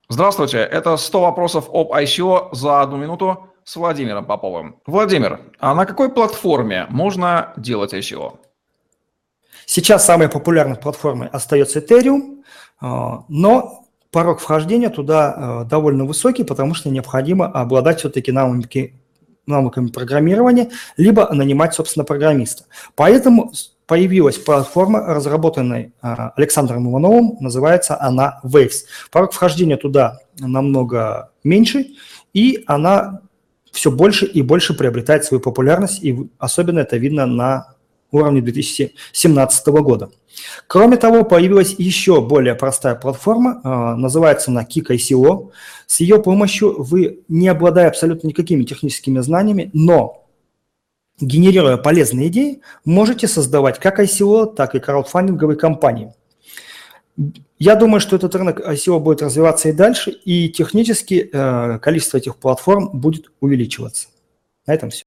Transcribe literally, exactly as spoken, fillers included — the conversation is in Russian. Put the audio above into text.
Здравствуйте, это сто вопросов об ай си о за одну минуту с Владимиром Поповым. Владимир, а на какой платформе можно делать ай си о? Сейчас самой популярной платформой остается Ethereum, но порог вхождения туда довольно высокий, потому что необходимо обладать все-таки навыками, навыками программирования, либо нанимать, собственно, программиста. Поэтому появилась платформа, разработанная Александром Ивановым, называется она Waves. Порог вхождения туда намного меньше, и она все больше и больше приобретает свою популярность, и особенно это видно на уровне две тысячи семнадцатого года. Кроме того, появилась еще более простая платформа, называется она Kik ай си о. С ее помощью вы, не обладая абсолютно никакими техническими знаниями, но генерируя полезные идеи, можете создавать как ай си о, так и краудфандинговые компании. Я думаю, что этот рынок ай си о будет развиваться и дальше, и технически количество этих платформ будет увеличиваться. На этом все.